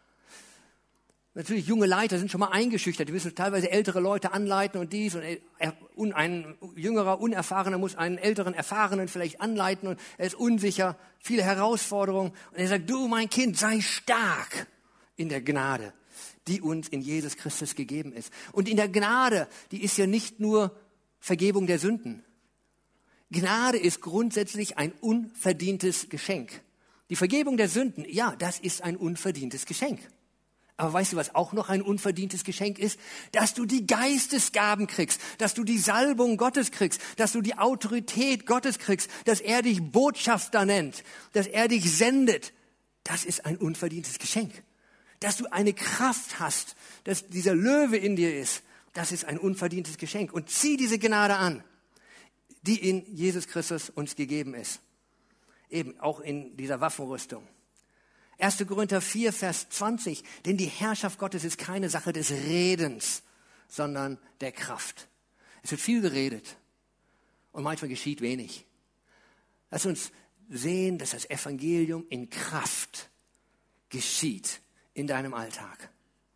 Natürlich, junge Leiter sind schon mal eingeschüchtert. Die müssen teilweise ältere Leute anleiten und dies. Und ein jüngerer, Unerfahrener muss einen älteren, Erfahrenen vielleicht anleiten. Und er ist unsicher, viele Herausforderungen. Und er sagt, du mein Kind, sei stark in der Gnade, die uns in Jesus Christus gegeben ist. Und in der Gnade, die ist ja nicht nur Vergebung der Sünden. Gnade ist grundsätzlich ein unverdientes Geschenk. Die Vergebung der Sünden, ja, das ist ein unverdientes Geschenk. Aber weißt du, was auch noch ein unverdientes Geschenk ist? Dass du die Geistesgaben kriegst, dass du die Salbung Gottes kriegst, dass du die Autorität Gottes kriegst, dass er dich Botschafter nennt, dass er dich sendet. Das ist ein unverdientes Geschenk. Dass du eine Kraft hast, dass dieser Löwe in dir ist, das ist ein unverdientes Geschenk. Und zieh diese Gnade an, die in Jesus Christus uns gegeben ist. Eben auch in dieser Waffenrüstung. erster Korinther vier, Vers zwanzig, denn die Herrschaft Gottes ist keine Sache des Redens, sondern der Kraft. Es wird viel geredet und manchmal geschieht wenig. Lass uns sehen, dass das Evangelium in Kraft geschieht in deinem Alltag.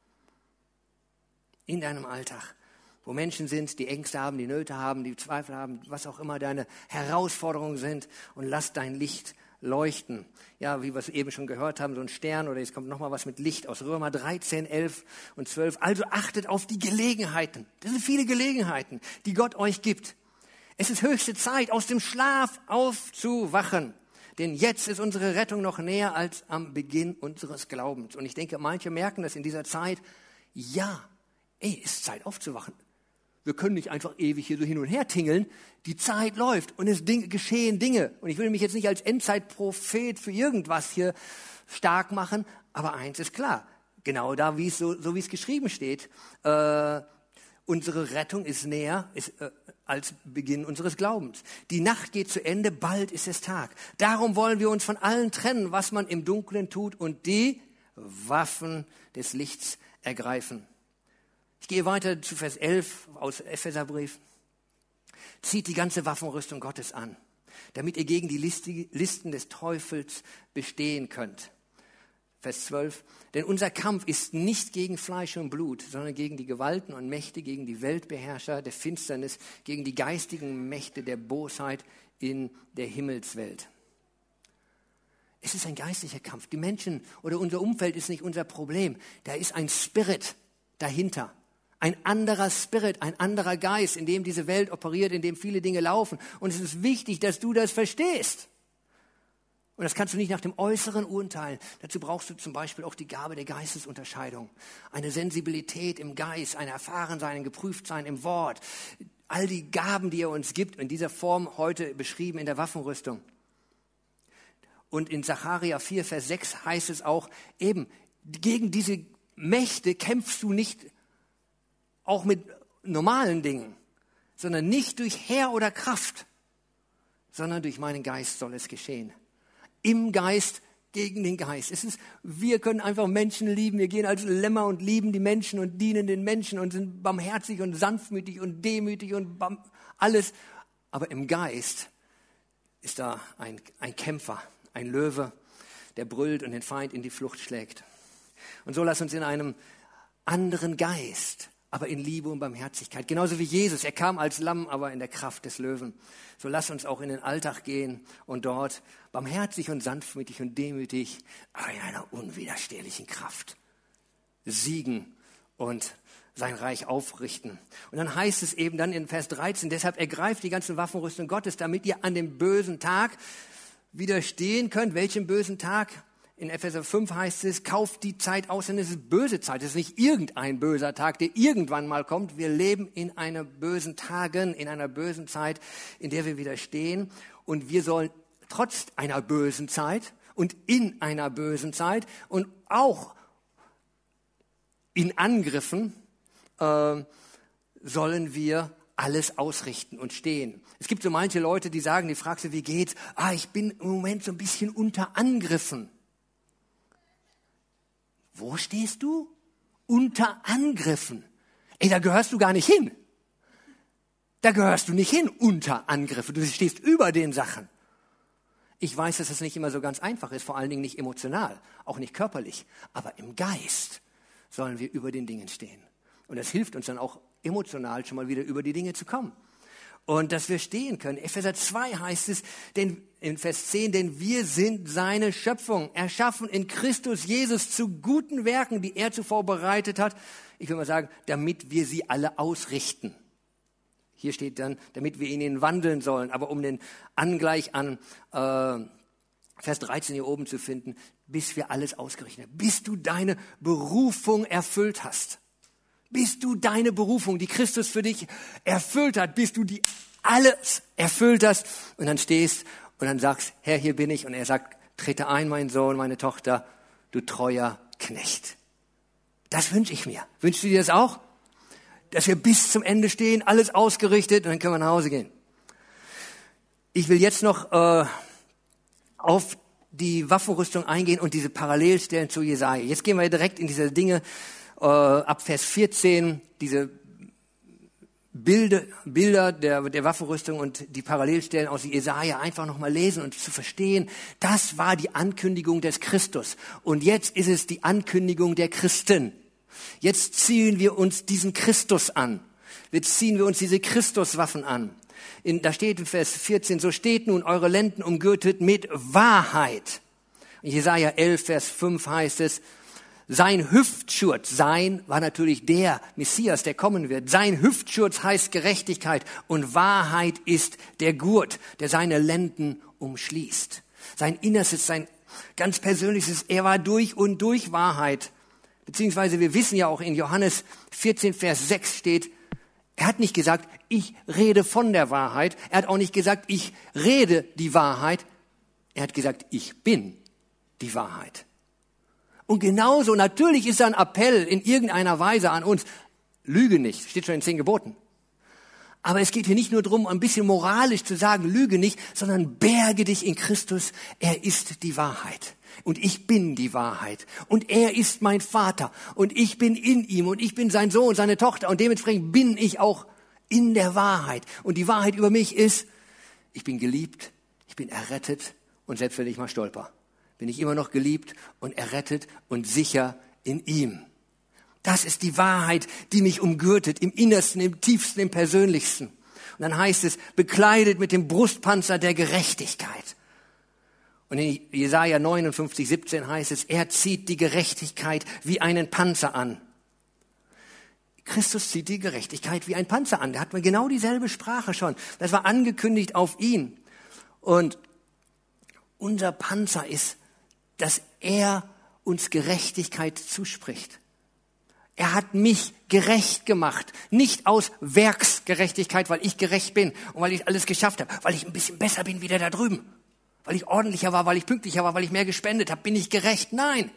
In deinem Alltag, wo Menschen sind, die Ängste haben, die Nöte haben, die Zweifel haben, was auch immer deine Herausforderungen sind, und lass dein Licht leuchten. Ja, wie wir es eben schon gehört haben, so ein Stern oder jetzt kommt nochmal was mit Licht aus Römer dreizehn, elf und zwölf. Also achtet auf die Gelegenheiten. Das sind viele Gelegenheiten, die Gott euch gibt. Es ist höchste Zeit, aus dem Schlaf aufzuwachen. Denn jetzt ist unsere Rettung noch näher als am Beginn unseres Glaubens. Und ich denke, manche merken das in dieser Zeit. Ja, ey, es ist Zeit aufzuwachen. Wir können nicht einfach ewig hier so hin und her tingeln. Die Zeit läuft und es Ding, geschehen Dinge. Und ich will mich jetzt nicht als Endzeitprophet für irgendwas hier stark machen. Aber eins ist klar, genau da, wie es so, so wie es geschrieben steht, äh, unsere Rettung ist näher ist, äh, als Beginn unseres Glaubens. Die Nacht geht zu Ende, bald ist es Tag. Darum wollen wir uns von allen trennen, was man im Dunkeln tut und die Waffen des Lichts ergreifen. Ich gehe weiter zu Vers elf aus Epheserbrief. Zieht die ganze Waffenrüstung Gottes an, damit ihr gegen die Listen des Teufels bestehen könnt. Vers zwölf. Denn unser Kampf ist nicht gegen Fleisch und Blut, sondern gegen die Gewalten und Mächte, gegen die Weltbeherrscher der Finsternis, gegen die geistigen Mächte der Bosheit in der Himmelswelt. Es ist ein geistlicher Kampf. Die Menschen oder unser Umfeld ist nicht unser Problem. Da ist ein Spirit dahinter. Ein anderer Spirit, ein anderer Geist, in dem diese Welt operiert, in dem viele Dinge laufen. Und es ist wichtig, dass du das verstehst. Und das kannst du nicht nach dem Äußeren urteilen. Dazu brauchst du zum Beispiel auch die Gabe der Geistesunterscheidung. Eine Sensibilität im Geist, ein Erfahrensein, ein Geprüftsein im Wort. All die Gaben, die er uns gibt, in dieser Form heute beschrieben in der Waffenrüstung. Und in Sacharja vier, Vers sechs heißt es auch, eben, gegen diese Mächte kämpfst du nicht auch mit normalen Dingen, sondern nicht durch Heer oder Kraft, sondern durch meinen Geist soll es geschehen. Im Geist gegen den Geist. Es ist, wir können einfach Menschen lieben. Wir gehen als Lämmer und lieben die Menschen und dienen den Menschen und sind barmherzig und sanftmütig und demütig und bam, alles. Aber im Geist ist da ein, ein Kämpfer, ein Löwe, der brüllt und den Feind in die Flucht schlägt. Und so lass uns in einem anderen Geist, aber in Liebe und Barmherzigkeit. Genauso wie Jesus. Er kam als Lamm, aber in der Kraft des Löwen. So lass uns auch in den Alltag gehen und dort barmherzig und sanftmütig und demütig, aber in einer unwiderstehlichen Kraft siegen und sein Reich aufrichten. Und dann heißt es eben dann in Vers dreizehn, deshalb ergreift die ganzen Waffenrüstung Gottes, damit ihr an dem bösen Tag widerstehen könnt. Welchem bösen Tag? In Epheser fünf heißt es, kauft die Zeit aus, denn es ist böse Zeit. Es ist nicht irgendein böser Tag, der irgendwann mal kommt. Wir leben in einer bösen Tagen, in einer bösen Zeit, in der wir widerstehen. Und wir sollen trotz einer bösen Zeit und in einer bösen Zeit und auch in Angriffen äh, sollen wir alles ausrichten und stehen. Es gibt so manche Leute, die sagen, die fragst du, wie geht's? Ah, ich bin im Moment so ein bisschen unter Angriffen. Wo stehst du? Unter Angriffen. Ey, da gehörst du gar nicht hin. Da gehörst du nicht hin, unter Angriffen. Du stehst über den Sachen. Ich weiß, dass das nicht immer so ganz einfach ist, vor allen Dingen nicht emotional, auch nicht körperlich. Aber im Geist sollen wir über den Dingen stehen. Und das hilft uns dann auch emotional schon mal wieder über die Dinge zu kommen. Und dass wir stehen können. Epheser zwei heißt es, denn in Vers zehn, denn wir sind seine Schöpfung, erschaffen in Christus Jesus zu guten Werken, die er zuvor bereitet hat. Ich will mal sagen, damit wir sie alle ausrichten. Hier steht dann, damit wir in ihnen wandeln sollen. Aber um den Angleich an äh, Vers dreizehn hier oben zu finden, bis wir alles ausgerichtet haben. Bis du deine Berufung erfüllt hast. Bis du deine Berufung, die Christus für dich erfüllt hat, bis du die alles erfüllt hast und dann stehst und dann sagst, Herr, hier bin ich. Und er sagt, trete ein, mein Sohn, meine Tochter, du treuer Knecht. Das wünsche ich mir. Wünschst du dir das auch? Dass wir bis zum Ende stehen, alles ausgerichtet und dann können wir nach Hause gehen. Ich will jetzt noch äh, auf die Waffenrüstung eingehen und diese Parallelstellen zu Jesaja. Jetzt gehen wir direkt in diese Dinge äh, ab Vers vierzehn, diese Bilder, Bilder der, der Waffenrüstung und die Parallelstellen aus Jesaja einfach nochmal lesen und zu verstehen, das war die Ankündigung des Christus. Und jetzt ist es die Ankündigung der Christen. Jetzt ziehen wir uns diesen Christus an. Jetzt ziehen wir uns diese Christuswaffen an. In, da steht in Vers vierzehn, so steht nun eure Lenden umgürtet mit Wahrheit. In Jesaja elf, Vers fünf heißt es, sein Hüftschurz, sein war natürlich der Messias, der kommen wird. Sein Hüftschurz heißt Gerechtigkeit und Wahrheit ist der Gurt, der seine Lenden umschließt. Sein Innerstes, sein ganz Persönliches, er war durch und durch Wahrheit. Beziehungsweise wir wissen ja auch in Johannes vierzehn, Vers sechs steht, er hat nicht gesagt, ich rede von der Wahrheit. Er hat auch nicht gesagt, ich rede die Wahrheit. Er hat gesagt, ich bin die Wahrheit. Und genauso, natürlich ist da ein Appell in irgendeiner Weise an uns. Lüge nicht, steht schon in zehn Geboten. Aber es geht hier nicht nur darum, ein bisschen moralisch zu sagen, lüge nicht, sondern berge dich in Christus. Er ist die Wahrheit. Und ich bin die Wahrheit. Und er ist mein Vater. Und ich bin in ihm. Und ich bin sein Sohn, seine Tochter. Und dementsprechend bin ich auch in der Wahrheit. Und die Wahrheit über mich ist, ich bin geliebt, ich bin errettet. Und selbst wenn ich mal stolper, bin ich immer noch geliebt und errettet und sicher in ihm. Das ist die Wahrheit, die mich umgürtet, im Innersten, im Tiefsten, im Persönlichsten. Und dann heißt es, bekleidet mit dem Brustpanzer der Gerechtigkeit. Und in Jesaja neunundfünfzig, siebzehn heißt es, er zieht die Gerechtigkeit wie einen Panzer an. Christus zieht die Gerechtigkeit wie ein Panzer an. Da hat man genau dieselbe Sprache schon. Das war angekündigt auf ihn. Und unser Panzer ist, dass er uns Gerechtigkeit zuspricht. Er hat mich gerecht gemacht, nicht aus Werksgerechtigkeit, weil ich gerecht bin und weil ich alles geschafft habe, weil ich ein bisschen besser bin wie der da drüben, weil ich ordentlicher war, weil ich pünktlicher war, weil ich mehr gespendet habe, bin ich gerecht. Nein.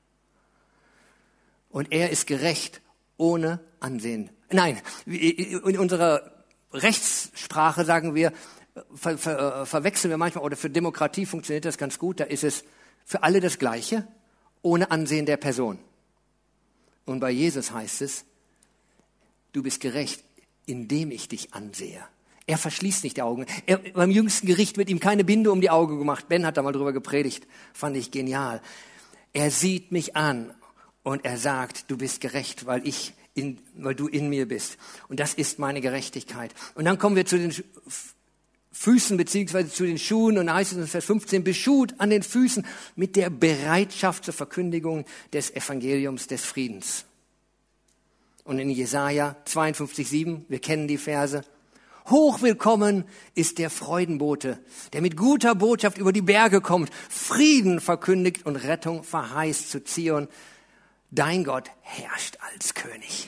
Und er ist gerecht ohne Ansehen. Nein, in unserer Rechtssprache sagen wir, ver, ver, verwechseln wir manchmal, oder für Demokratie funktioniert das ganz gut, da ist es für alle das Gleiche, ohne Ansehen der Person. Und bei Jesus heißt es, du bist gerecht, indem ich dich ansehe. Er verschließt nicht die Augen. Er, beim jüngsten Gericht wird ihm keine Binde um die Augen gemacht. Ben hat da mal drüber gepredigt, fand ich genial. Er sieht mich an und er sagt, du bist gerecht, weil ich in, weil du in mir bist. Und das ist meine Gerechtigkeit. Und dann kommen wir zu den Füßen beziehungsweise zu den Schuhen und da heißt es in Vers fünfzehn, beschut an den Füßen mit der Bereitschaft zur Verkündigung des Evangeliums des Friedens. Und in Jesaja zweiundfünfzig, sieben, wir kennen die Verse, hochwillkommen ist der Freudenbote, der mit guter Botschaft über die Berge kommt, Frieden verkündigt und Rettung verheißt zu Zion. Dein Gott herrscht als König.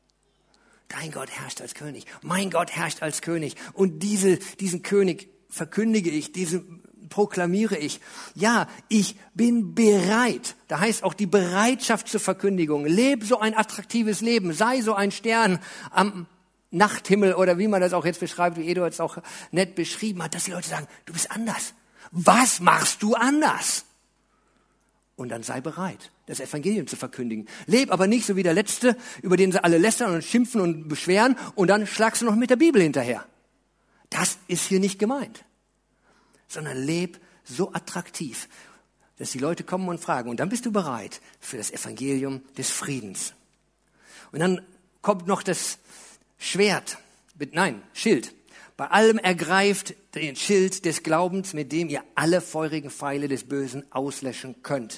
Dein Gott herrscht als König. Mein Gott herrscht als König. Und diese, diesen König verkündige ich, diesen proklamiere ich. Ja, ich bin bereit. Da heißt auch die Bereitschaft zur Verkündigung. Leb so ein attraktives Leben. Sei so ein Stern am Nachthimmel oder wie man das auch jetzt beschreibt, wie Eduard es auch nett beschrieben hat, dass die Leute sagen, du bist anders. Was machst du anders? Und dann sei bereit, das Evangelium zu verkündigen. Leb aber nicht so wie der Letzte, über den sie alle lästern und schimpfen und beschweren und dann schlagst du noch mit der Bibel hinterher. Das ist hier nicht gemeint. Sondern leb so attraktiv, dass die Leute kommen und fragen. Und dann bist du bereit für das Evangelium des Friedens. Und dann kommt noch das Schwert, nein, Schild. Bei allem ergreift den Schild des Glaubens, mit dem ihr alle feurigen Pfeile des Bösen auslöschen könnt.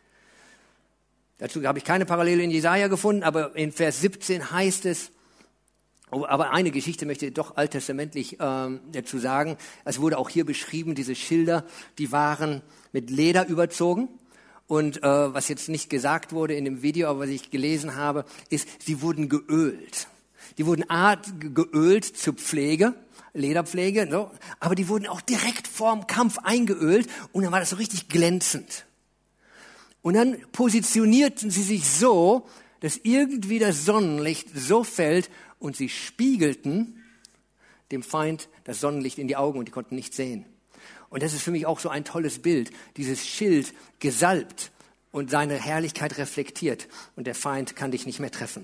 Dazu habe ich keine Parallele in Jesaja gefunden, aber in Vers siebzehn heißt es, oh, aber eine Geschichte möchte ich doch alttestamentlich ähm, dazu sagen. Es wurde auch hier beschrieben, diese Schilder, die waren mit Leder überzogen. Und äh, was jetzt nicht gesagt wurde in dem Video, aber was ich gelesen habe, ist, sie wurden geölt. Die wurden Art geölt zur Pflege, Lederpflege, so, aber die wurden auch direkt vorm Kampf eingeölt und dann war das so richtig glänzend. Und dann positionierten sie sich so, dass irgendwie das Sonnenlicht so fällt und sie spiegelten dem Feind das Sonnenlicht in die Augen und die konnten nichts sehen. Und das ist für mich auch so ein tolles Bild, dieses Schild gesalbt und seine Herrlichkeit reflektiert und der Feind kann dich nicht mehr treffen.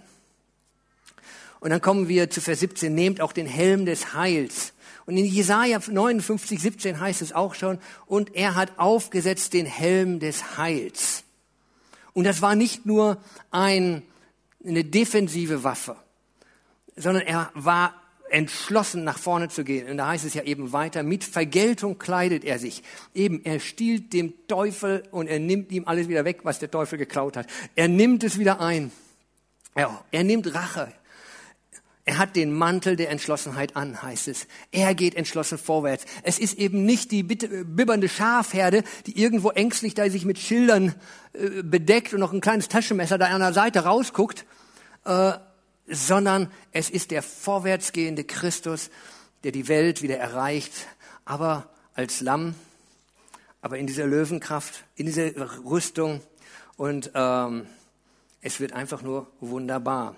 Und dann kommen wir zu Vers siebzehn, nehmt auch den Helm des Heils. Und in Jesaja neunundfünfzig, siebzehn heißt es auch schon, und er hat aufgesetzt den Helm des Heils. Und das war nicht nur ein, eine defensive Waffe, sondern er war entschlossen nach vorne zu gehen. Und da heißt es ja eben weiter, mit Vergeltung kleidet er sich. Eben, er stiehlt dem Teufel und er nimmt ihm alles wieder weg, was der Teufel geklaut hat. Er nimmt es wieder ein. Ja, er nimmt Rache. Er hat den Mantel der Entschlossenheit an, heißt es. Er geht entschlossen vorwärts. Es ist eben nicht die bibbernde Schafherde, die irgendwo ängstlich da sich mit Schildern äh, bedeckt und noch ein kleines Taschenmesser da an der Seite rausguckt, äh, sondern es ist der vorwärtsgehende Christus, der die Welt wieder erreicht, aber als Lamm, aber in dieser Löwenkraft, in dieser Rüstung und ähm, es wird einfach nur wunderbar.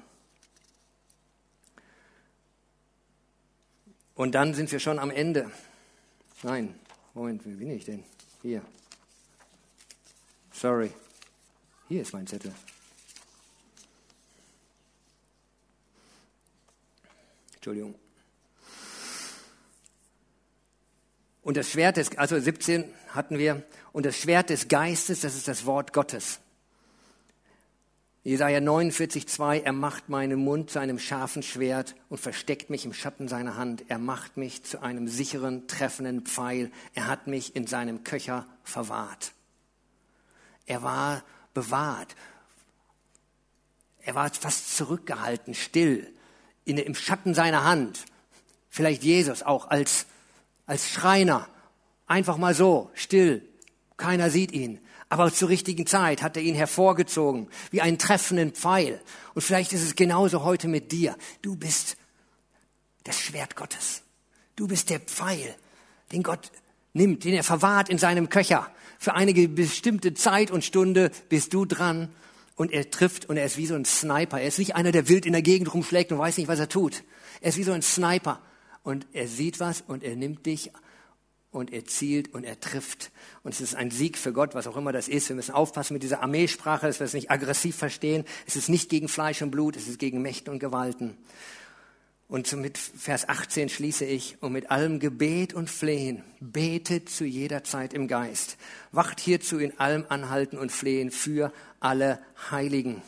Und dann sind wir schon am Ende. Nein, Moment, wie bin ich denn? Hier. Sorry. Hier ist mein Zettel. Entschuldigung. Und das Schwert des, also siebzehn hatten wir, und das Schwert des Geistes, das ist das Wort Gottes. Jesaja neunundvierzig, zwei, er macht meinen Mund zu einem scharfen Schwert und versteckt mich im Schatten seiner Hand. Er macht mich zu einem sicheren, treffenden Pfeil. Er hat mich in seinem Köcher verwahrt. Er war bewahrt. Er war fast zurückgehalten, still, in, im Schatten seiner Hand. Vielleicht Jesus auch als, als Schreiner. Einfach mal so, still. Keiner sieht ihn. Aber zur richtigen Zeit hat er ihn hervorgezogen, wie einen treffenden Pfeil. Und vielleicht ist es genauso heute mit dir. Du bist das Schwert Gottes. Du bist der Pfeil, den Gott nimmt, den er verwahrt in seinem Köcher. Für einige bestimmte Zeit und Stunde bist du dran und er trifft und er ist wie so ein Sniper. Er ist nicht einer, der wild in der Gegend rumschlägt und weiß nicht, was er tut. Er ist wie so ein Sniper und er sieht was und er nimmt dich und er zielt und er trifft. Und es ist ein Sieg für Gott, was auch immer das ist. Wir müssen aufpassen mit dieser Armeesprache, dass wir es nicht aggressiv verstehen. Es ist nicht gegen Fleisch und Blut, es ist gegen Mächte und Gewalten. Und mit Vers achtzehn schließe ich. Und mit allem Gebet und Flehen betet zu jeder Zeit im Geist. Wacht hierzu in allem Anhalten und Flehen für alle Heiligen.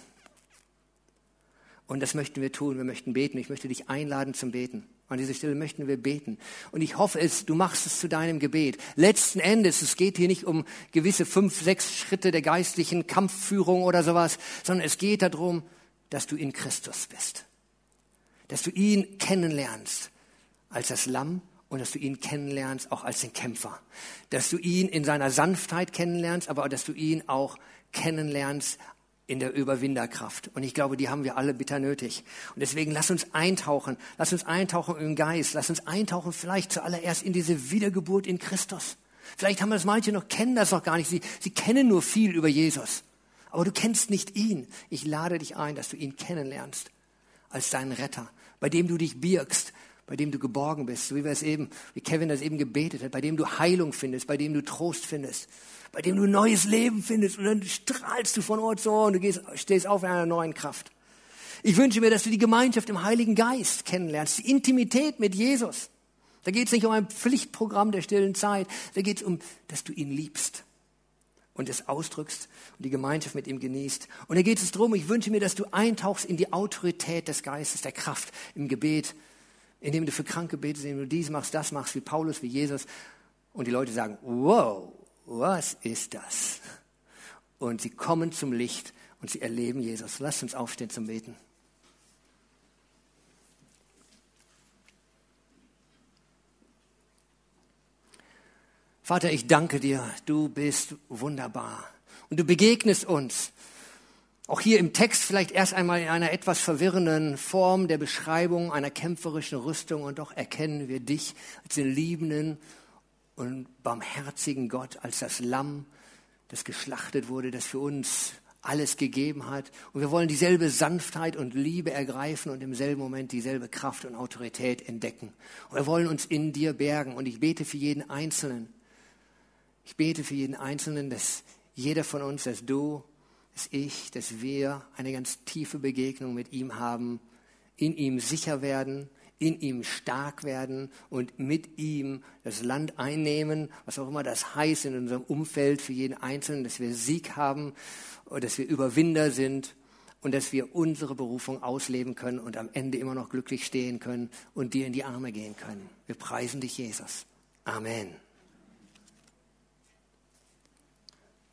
Und das möchten wir tun. Wir möchten beten. Ich möchte dich einladen zum Beten. An dieser Stelle möchten wir beten. Und ich hoffe es, du machst es zu deinem Gebet. Letzten Endes, es geht hier nicht um gewisse fünf, sechs Schritte der geistlichen Kampfführung oder sowas, sondern es geht darum, dass du in Christus bist. Dass du ihn kennenlernst als das Lamm und dass du ihn kennenlernst auch als den Kämpfer. Dass du ihn in seiner Sanftheit kennenlernst, aber dass du ihn auch kennenlernst in der Überwinderkraft. Und ich glaube, die haben wir alle bitter nötig. Und deswegen lass uns eintauchen. Lass uns eintauchen im Geist. Lass uns eintauchen vielleicht zuallererst in diese Wiedergeburt in Christus. Vielleicht haben das manche noch, kennen das noch gar nicht. Sie, sie kennen nur viel über Jesus. Aber du kennst nicht ihn. Ich lade dich ein, dass du ihn kennenlernst als deinen Retter, bei dem du dich birgst, bei dem du geborgen bist, so wie wir es eben, wie Kevin das eben gebetet hat, bei dem du Heilung findest, bei dem du Trost findest, bei dem du neues Leben findest und dann strahlst du von Ort zu Ort und du gehst, stehst auf in einer neuen Kraft. Ich wünsche mir, dass du die Gemeinschaft im Heiligen Geist kennenlernst, die Intimität mit Jesus. Da geht es nicht um ein Pflichtprogramm der stillen Zeit, da geht es um, dass du ihn liebst und es ausdrückst und die Gemeinschaft mit ihm genießt. Und da geht es darum, ich wünsche mir, dass du eintauchst in die Autorität des Geistes, der Kraft im Gebet, indem du für Kranke betest, indem du dies machst, das machst, wie Paulus, wie Jesus. Und die Leute sagen, wow, was ist das? Und sie kommen zum Licht und sie erleben Jesus. Lasst uns aufstehen zum Beten. Vater, ich danke dir, du bist wunderbar. Und du begegnest uns. Auch hier im Text vielleicht erst einmal in einer etwas verwirrenden Form der Beschreibung einer kämpferischen Rüstung. Und doch erkennen wir dich als den liebenden und barmherzigen Gott, als das Lamm, das geschlachtet wurde, das für uns alles gegeben hat. Und wir wollen dieselbe Sanftheit und Liebe ergreifen und im selben Moment dieselbe Kraft und Autorität entdecken. Und wir wollen uns in dir bergen. Und ich bete für jeden Einzelnen. Ich bete für jeden Einzelnen, dass jeder von uns, dass du, dass ich, dass wir eine ganz tiefe Begegnung mit ihm haben, in ihm sicher werden, in ihm stark werden und mit ihm das Land einnehmen, was auch immer das heißt in unserem Umfeld für jeden Einzelnen, dass wir Sieg haben und dass wir Überwinder sind und dass wir unsere Berufung ausleben können und am Ende immer noch glücklich stehen können und dir in die Arme gehen können. Wir preisen dich, Jesus. Amen.